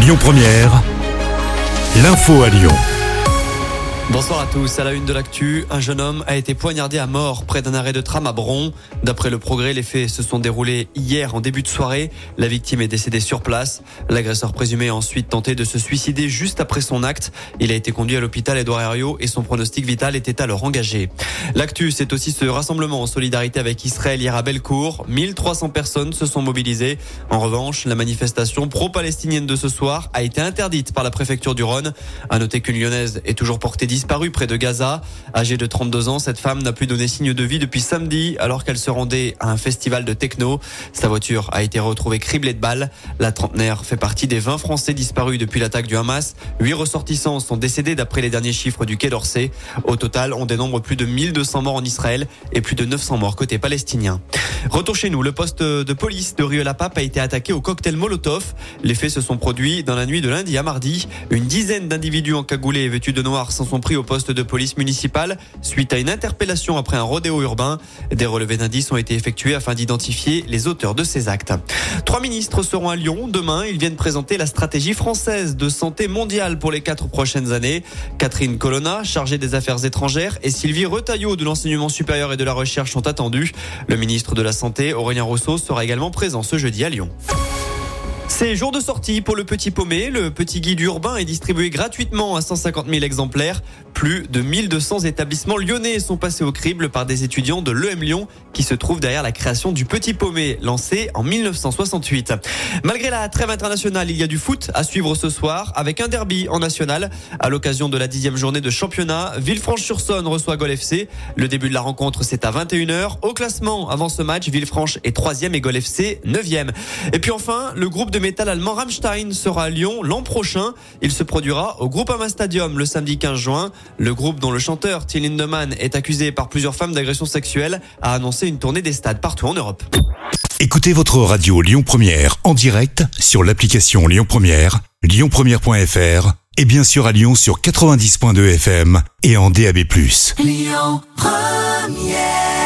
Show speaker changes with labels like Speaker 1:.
Speaker 1: Lyon Première, l'info à Lyon.
Speaker 2: Bonsoir à tous. À la une de l'actu, un jeune homme a été poignardé à mort près d'un arrêt de tram à Bron. D'après Le Progrès, les faits se sont déroulés hier en début de soirée. La victime est décédée sur place. L'agresseur présumé a ensuite tenté de se suicider juste après son acte. Il a été conduit à l'hôpital Édouard Herriot et son pronostic vital était alors engagé. L'actu, c'est aussi ce rassemblement en solidarité avec Israël hier à Bellecour. 1300 personnes se sont mobilisées. En revanche, la manifestation pro-palestinienne de ce soir a été interdite par la préfecture du Rhône. À noter qu'une Lyonnaise est toujours portée disparue près de Gaza. Âgée de 32 ans, cette femme n'a plus donné signe de vie depuis samedi alors qu'elle se rendait à un festival de techno. Sa voiture a été retrouvée criblée de balles. La trentenaire fait partie des 20 Français disparus depuis l'attaque du Hamas. 8 ressortissants sont décédés d'après les derniers chiffres du Quai d'Orsay. Au total, on dénombre plus de 1200 morts en Israël et plus de 900 morts côté palestinien. Retour chez nous, le poste de police de Rieux-la-Pape a été attaqué au cocktail Molotov. Les faits se sont produits dans la nuit de lundi à mardi. Une dizaine d'individus encagoulés et vêtus de noir s'en sont pris au poste de police municipale suite à une interpellation après un rodéo urbain. Des relevés d'indices ont été effectués afin d'identifier les auteurs de ces actes. 3 ministres seront à Lyon demain. Ils viennent présenter la stratégie française de santé mondiale pour les 4 prochaines années. Catherine Colonna, chargée des affaires étrangères, et Sylvie Retailleau de l'enseignement supérieur et de la recherche sont attendus. Le ministre de la Santé, Aurélien Rousseau, sera également présent ce jeudi à Lyon. C'est jour de sortie pour le Petit Paumé. Le petit guide urbain est distribué gratuitement à 150 000 exemplaires. Plus de 1200 établissements lyonnais sont passés au crible par des étudiants de l'EM Lyon qui se trouvent derrière la création du Petit Paumé, lancé en 1968. Malgré la trêve internationale, il y a du foot à suivre ce soir avec un derby en national. À l'occasion de la 10e journée de championnat, Villefranche-sur-Saône reçoit Gol FC. Le début de la rencontre, c'est à 21h. Au classement, avant ce match, Villefranche est 3e et Gol FC 9e. Et puis enfin, le groupe de métal allemand Rammstein sera à Lyon l'an prochain. Il se produira au Groupama Stadium le samedi 15 juin. Le groupe dont le chanteur Till Lindemann est accusé par plusieurs femmes d'agression sexuelle a annoncé une tournée des stades partout en Europe.
Speaker 1: Écoutez votre radio Lyon Première en direct sur l'application Lyon Première, lyonpremière.fr et bien sûr à Lyon sur 90.2 FM et en DAB+.
Speaker 3: Lyon Première.